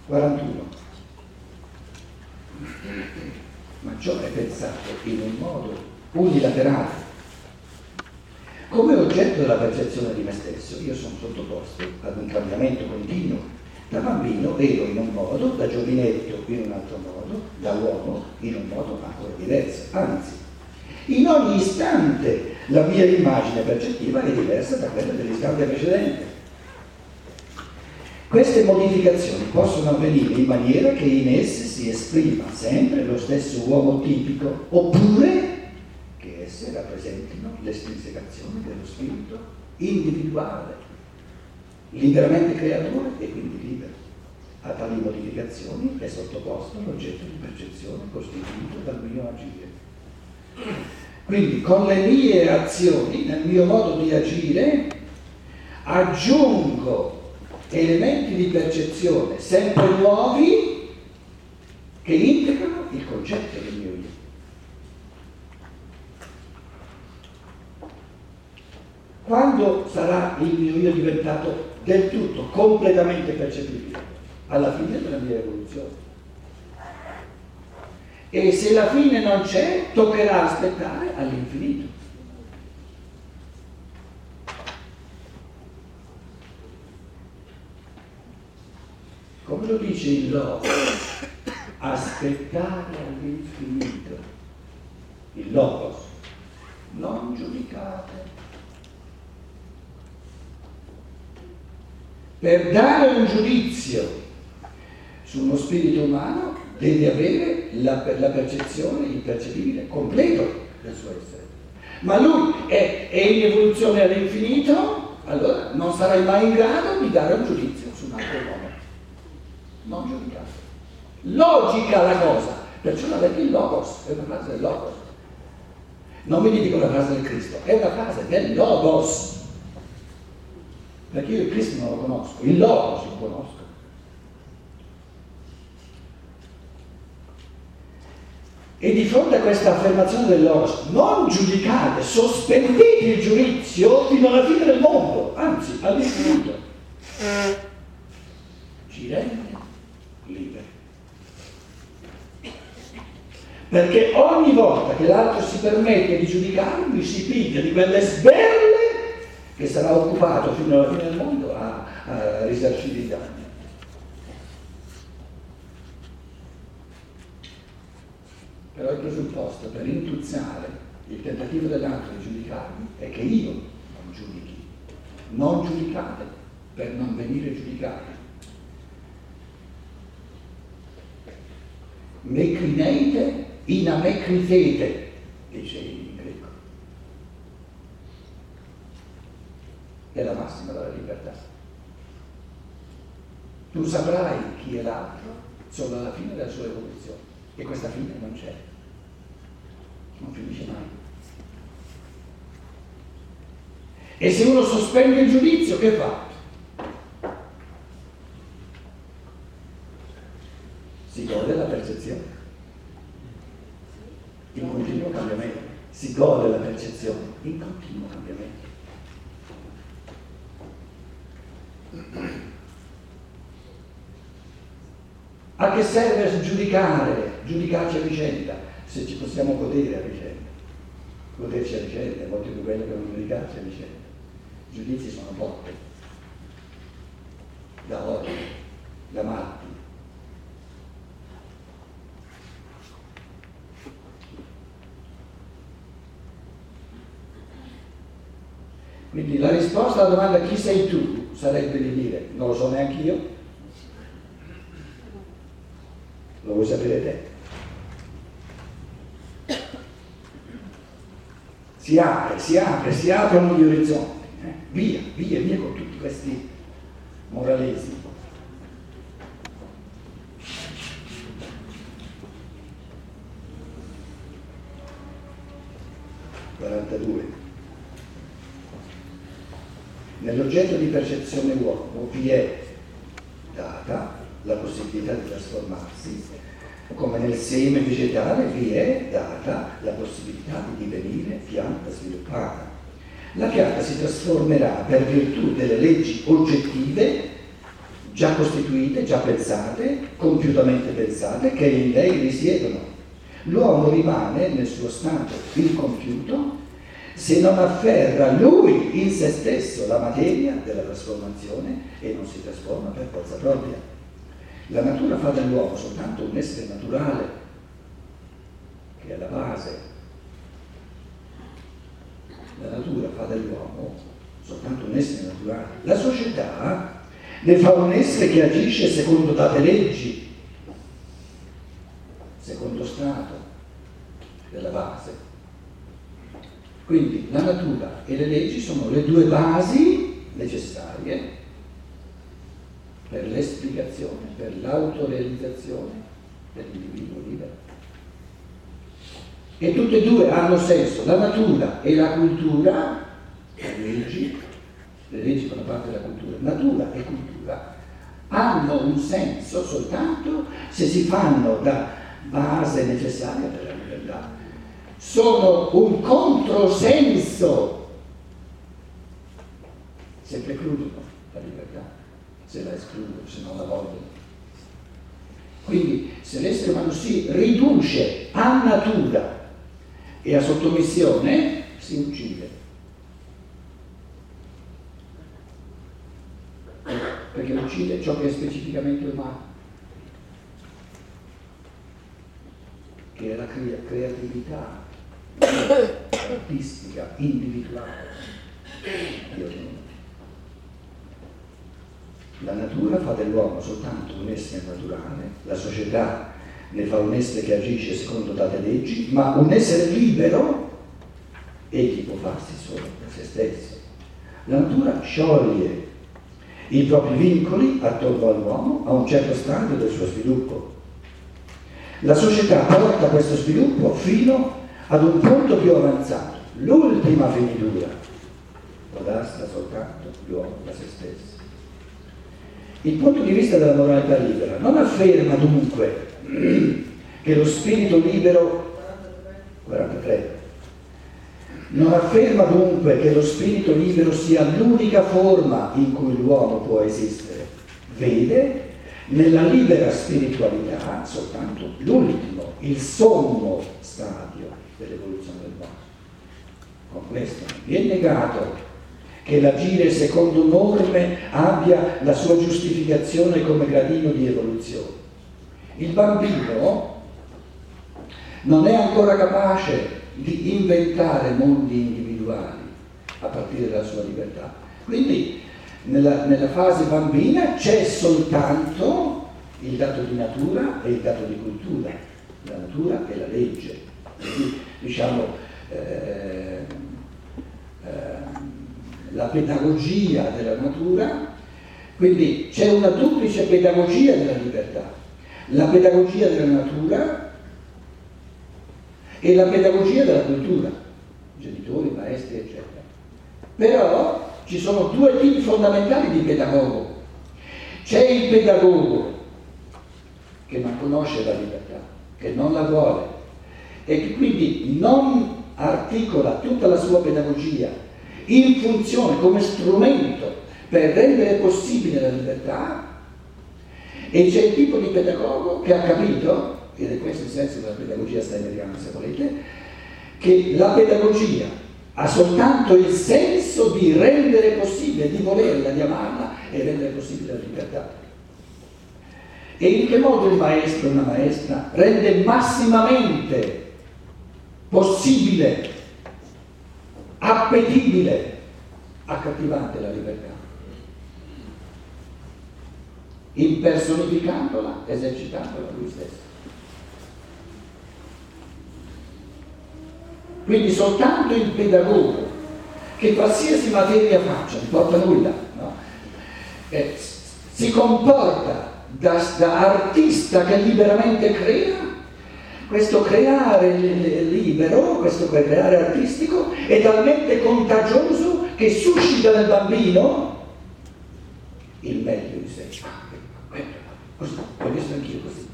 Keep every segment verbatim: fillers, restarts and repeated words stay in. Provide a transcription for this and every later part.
quarantuno. Ma ciò è pensato in un modo unilaterale. Come oggetto della percezione di me stesso, io sono sottoposto ad un cambiamento continuo. Da bambino ero in un modo, da giovinetto in un altro modo, da uomo in un modo ancora diverso. Anzi, in ogni istante la mia immagine percettiva è diversa da quella dell'istante precedente. Queste modificazioni possono avvenire in maniera che in esse si esprima sempre lo stesso uomo tipico, oppure che esse rappresentino l'estrinsecazione dello spirito individuale, liberamente creatore e quindi libero. A tali modificazioni è sottoposto l'oggetto di percezione costituito dal mio agire. Quindi con le mie azioni, nel mio modo di agire, aggiungo elementi di percezione sempre nuovi che integrano il concetto del mio io. Quando sarà il mio io diventato del tutto, completamente percepibile? Alla fine della mia evoluzione. E se la fine non c'è, toccherà aspettare all'infinito. Come lo dice il Logos? Aspettare all'infinito. Il Logos. Non giudicate. Per dare un giudizio su uno spirito umano deve avere la, la percezione, il percepibile completo del suo essere. Ma lui è, è in evoluzione all'infinito, allora non sarai mai in grado di dare un giudizio su un altro uomo. Non giudicate. Logica la cosa, perciò la legge il Logos, è una frase del Logos. Non mi dico una frase del Cristo, è una frase del Logos. Perché io il Cristo non lo conosco, il Logos lo conosco. E di fronte a questa affermazione del Logos, non giudicate, sospendete il giudizio fino alla fine del mondo, anzi all'infinito. Ci rende liberi. Perché ogni volta che l'altro si permette di giudicarmi, si piglia di quelle sberle che sarà occupato fino alla fine del mondo a, a risarcire i danni. Però il presupposto per intuzzare il tentativo dell'altro di giudicarmi è che io non giudichi. Non giudicate per non venire giudicati. Mecrineite in amecritete, dice in greco. È la massima della libertà. Tu saprai chi è l'altro solo alla fine della sua evoluzione. E questa fine non c'è, non finisce mai. E se uno sospende il giudizio, che fa? Si gode la percezione, in continuo cambiamento. Si gode la percezione, in continuo cambiamento. A che serve giudicare, giudicarci a vicenda, se ci possiamo godere a vicenda? Goderci a vicenda è molto più bello che non giudicarci a vicenda. I giudizi sono botte, da odio, da matti. Quindi la risposta alla domanda chi sei tu sarebbe di dire non lo so neanche io. Lo vuoi sapere te? Si apre, si apre, si aprono gli orizzonti. Eh? Via, via, via con tutti questi moralesimi. quarantadue. Nell'oggetto di percezione uomo vi è data la possibilità di trasformarsi, come nel seme vegetale vi è data la possibilità di divenire pianta sviluppata. La pianta si trasformerà per virtù delle leggi oggettive già costituite, già pensate, compiutamente pensate, che in lei risiedono. L'uomo rimane nel suo stato incompiuto se non afferra lui in se stesso la materia della trasformazione e non si trasforma per forza propria. La natura fa dell'uomo soltanto un essere naturale, che è la base. La natura fa dell'uomo soltanto un essere naturale. La società ne fa un essere che agisce secondo date leggi, secondo strato della base. Quindi la natura e le leggi sono le due basi necessarie per l'esplicazione, per l'autorealizzazione dell'individuo libero. E tutte e due hanno senso, la natura e la cultura, le leggi, le leggi fanno parte della cultura, natura e cultura hanno un senso soltanto se si fanno da base necessaria per la libertà. Sono un controsenso se precludono la libertà, se la escludono, se non la vogliono. Quindi se l'essere umano si riduce a natura e a sottomissione, si uccide. Perché uccide ciò che è specificamente umano, che è la crea- creatività artistica, individuale di ognuno. La natura fa dell'uomo soltanto un essere naturale, la società ne fa un essere che agisce secondo date leggi, ma un essere libero egli può farsi solo da se stesso. La natura scioglie i propri vincoli attorno all'uomo a un certo stadio del suo sviluppo. La società porta questo sviluppo fino ad un punto più avanzato, l'ultima finitura lo basta soltanto l'uomo da se stesso. Il punto di vista della moralità libera non afferma dunque che lo spirito libero quarantatré non afferma dunque che lo spirito libero sia l'unica forma in cui l'uomo può esistere. Vede nella libera spiritualità soltanto l'ultimo, il sommo stadio dell'evoluzione dell'uomo. Con questo vi è negato che l'agire secondo norme abbia la sua giustificazione come gradino di evoluzione. Il bambino non è ancora capace di inventare mondi individuali a partire dalla sua libertà. Quindi nella, nella fase bambina c'è soltanto il dato di natura e il dato di cultura, la natura e la legge. Quindi, diciamo, eh, eh, la pedagogia della natura, quindi c'è una duplice pedagogia della libertà, la pedagogia della natura e la pedagogia della cultura, genitori, maestri, eccetera. Però ci sono due tipi fondamentali di pedagogo. C'è il pedagogo che non conosce la libertà, che non la vuole e che quindi non articola tutta la sua pedagogia in funzione come strumento per rendere possibile la libertà, e c'è il tipo di pedagogo che ha capito, ed è questo il senso della pedagogia steineriana se volete, che la pedagogia ha soltanto il senso di rendere possibile, di volerla, di amarla e rendere possibile la libertà. E in che modo il maestro o una maestra rende massimamente possibile, appetibile, accattivante la libertà? Impersonificandola, esercitandola lui stesso. Quindi soltanto il pedagogo, che qualsiasi materia faccia, non porta nulla, no? eh, si comporta da, da artista che liberamente crea. Questo creare libero, questo creare artistico è talmente contagioso che suscita nel bambino il meglio di sé. Ah, così, voglio essere anch'io così.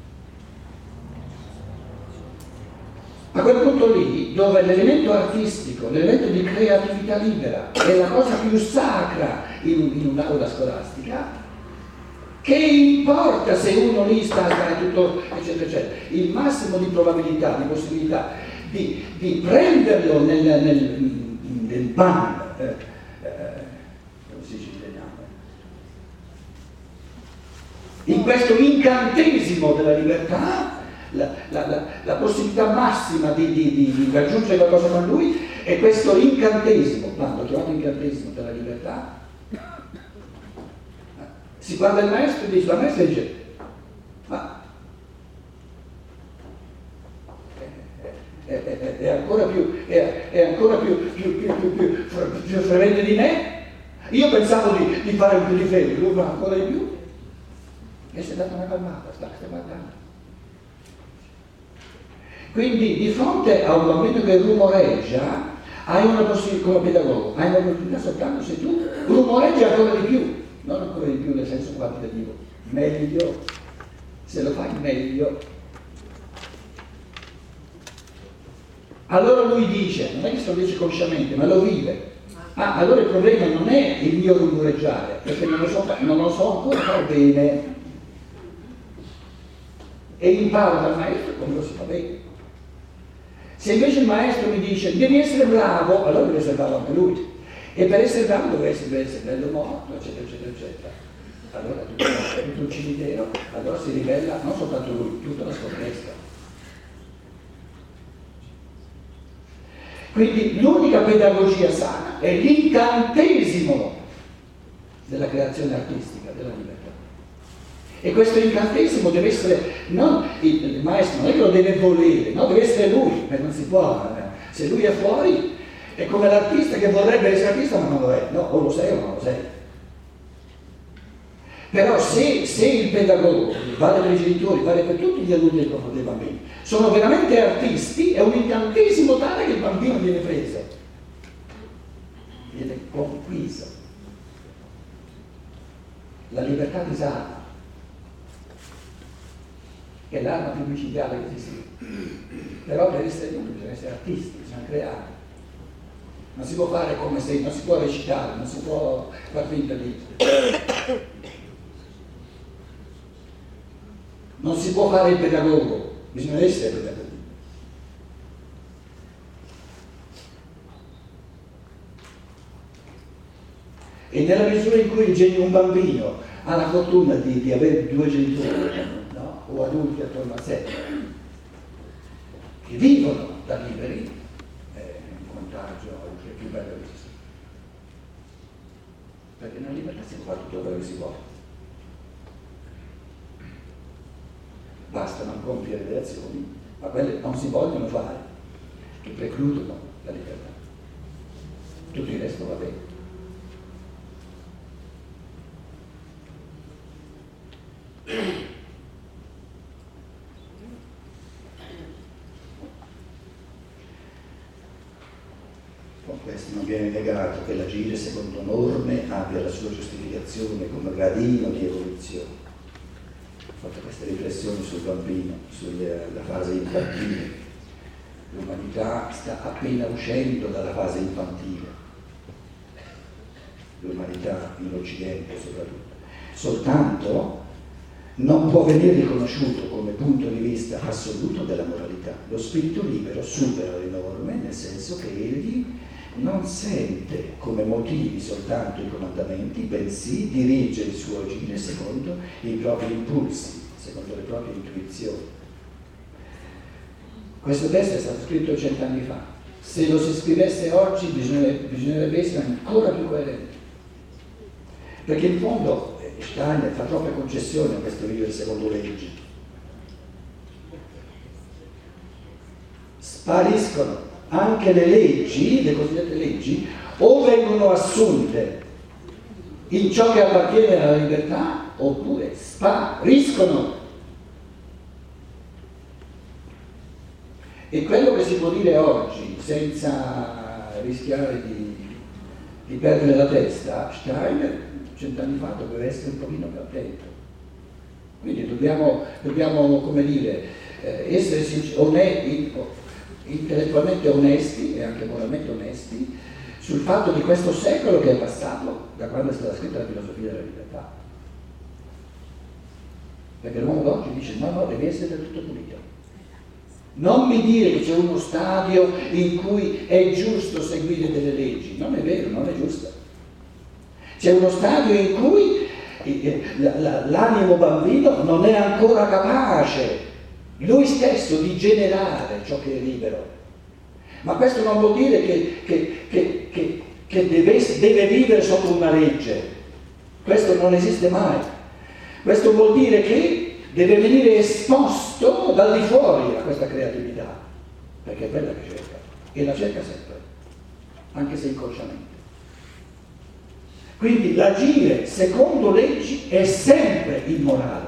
A quel punto lì, dove l'elemento artistico artistico, l'elemento di creatività libera, è la cosa più sacra in, in un'aula scolastica. Che importa se uno lì sta a fare tutto, eccetera, eccetera. Il massimo di probabilità, di possibilità di, di prenderlo nel, nel, nel ban, eh, eh, come si dice in italiano, in questo incantesimo della libertà, la, la, la, la possibilità massima di, di, di, di raggiungere qualcosa con lui è questo incantesimo, l'ho chiamato incantesimo della libertà. Si guarda il maestro e dice, la maestra dice, ma è, è, è ancora più, è, è ancora più, più, più, più, più, più fremente di me? Io pensavo di, di fare un più di freddo, lui fa ancora di più. E si è data una calmata, sta, sta guardando. Quindi di fronte a un bambino che rumoreggia, hai una possibilità, come pedagogo, hai una possibilità soltanto se tu rumoreggi ancora di più. Non ancora di più nel senso quantitativo, meglio, se lo fai meglio. Allora lui dice, non è che se lo dice consciamente, ma lo vive. Ah, allora il problema non è il mio rumoreggiare, perché non lo so, non lo so ancora fare bene. E imparo dal maestro come lo si fa bene. Se invece il maestro mi dice, devi essere bravo, allora deve essere bravo anche lui. E per essere bravo deve essere, deve essere bello morto, eccetera, eccetera, eccetera. Allora tutto, tutto un cimitero, allora si rivela non soltanto lui, tutta la sua testa. Quindi l'unica pedagogia sana è l'incantesimo della creazione artistica, della libertà. E questo incantesimo deve essere, non il, il maestro non è che lo deve volere, no, deve essere lui, perché non si può, se lui è fuori, è come l'artista che vorrebbe essere artista ma non lo è, no? O lo sei o non lo sei. Però se, se il pedagogo, vale per i genitori, vale per tutti gli adulti del corpo dei bambini, sono veramente artisti, è un incantesimo tale che il bambino viene preso, viene conquiso. La libertà disarma, che è l'arma più micidiale che esiste. Però per essere adulti bisogna essere artisti, bisogna creare. Non si può fare come se, non si può recitare, non si può far finta di... Non si può fare il pedagogo, bisogna essere pedagogo. E nella misura in cui un bambino ha la fortuna di, di avere due genitori, no? O adulti attorno a sé, che vivono da liberi, è un contagio che è più bello che esiste. Perché nella libertà si fa tutto quello che si vuole. Basta non compiere le azioni, ma quelle non si vogliono fare, che precludono la libertà. Tutto il resto va bene. Con questo non viene negato che l'agire secondo norme abbia la sua giustificazione come gradino di evoluzione. Ho fatto queste riflessioni sul bambino, sulla fase infantile. L'umanità sta appena uscendo dalla fase infantile. L'umanità in Occidente soprattutto. Soltanto non può venire riconosciuto come punto di vista assoluto della moralità. Lo spirito libero supera le norme nel senso che egli non sente come motivi soltanto i comandamenti, bensì dirige il suo agire secondo i propri impulsi, secondo le proprie intuizioni. Questo testo è stato scritto cent'anni fa. Se lo si scrivesse oggi bisognerebbe, bisognerebbe essere ancora più coerenti. Perché in fondo Steiner fa troppe concessioni a questo vivere secondo leggi. Spariscono anche le leggi, le cosiddette leggi, o vengono assunte in ciò che appartiene alla libertà, oppure spariscono. E quello che si può dire oggi, senza rischiare di, di perdere la testa, Steiner cent'anni fa doveva essere un pochino più attento. Quindi dobbiamo, dobbiamo come dire, eh, essere sinceri, onesti, intellettualmente onesti e anche moralmente onesti sul fatto di questo secolo che è passato da quando è stata scritta la filosofia della libertà. Perché l'uomo d'oggi dice no, no, devi essere del tutto pulito. Non mi dire che c'è uno stadio in cui è giusto seguire delle leggi, non è vero, non è giusto. C'è uno stadio in cui l'animo bambino non è ancora capace lui stesso di generare ciò che è libero. Ma questo non vuol dire che, che, che, che, che deve, deve vivere sotto una legge. Questo non esiste mai. Questo vuol dire che deve venire esposto dal di fuori a questa creatività, perché è quella che cerca, e la cerca sempre, anche se inconsciamente. Quindi l'agire secondo leggi è sempre immorale.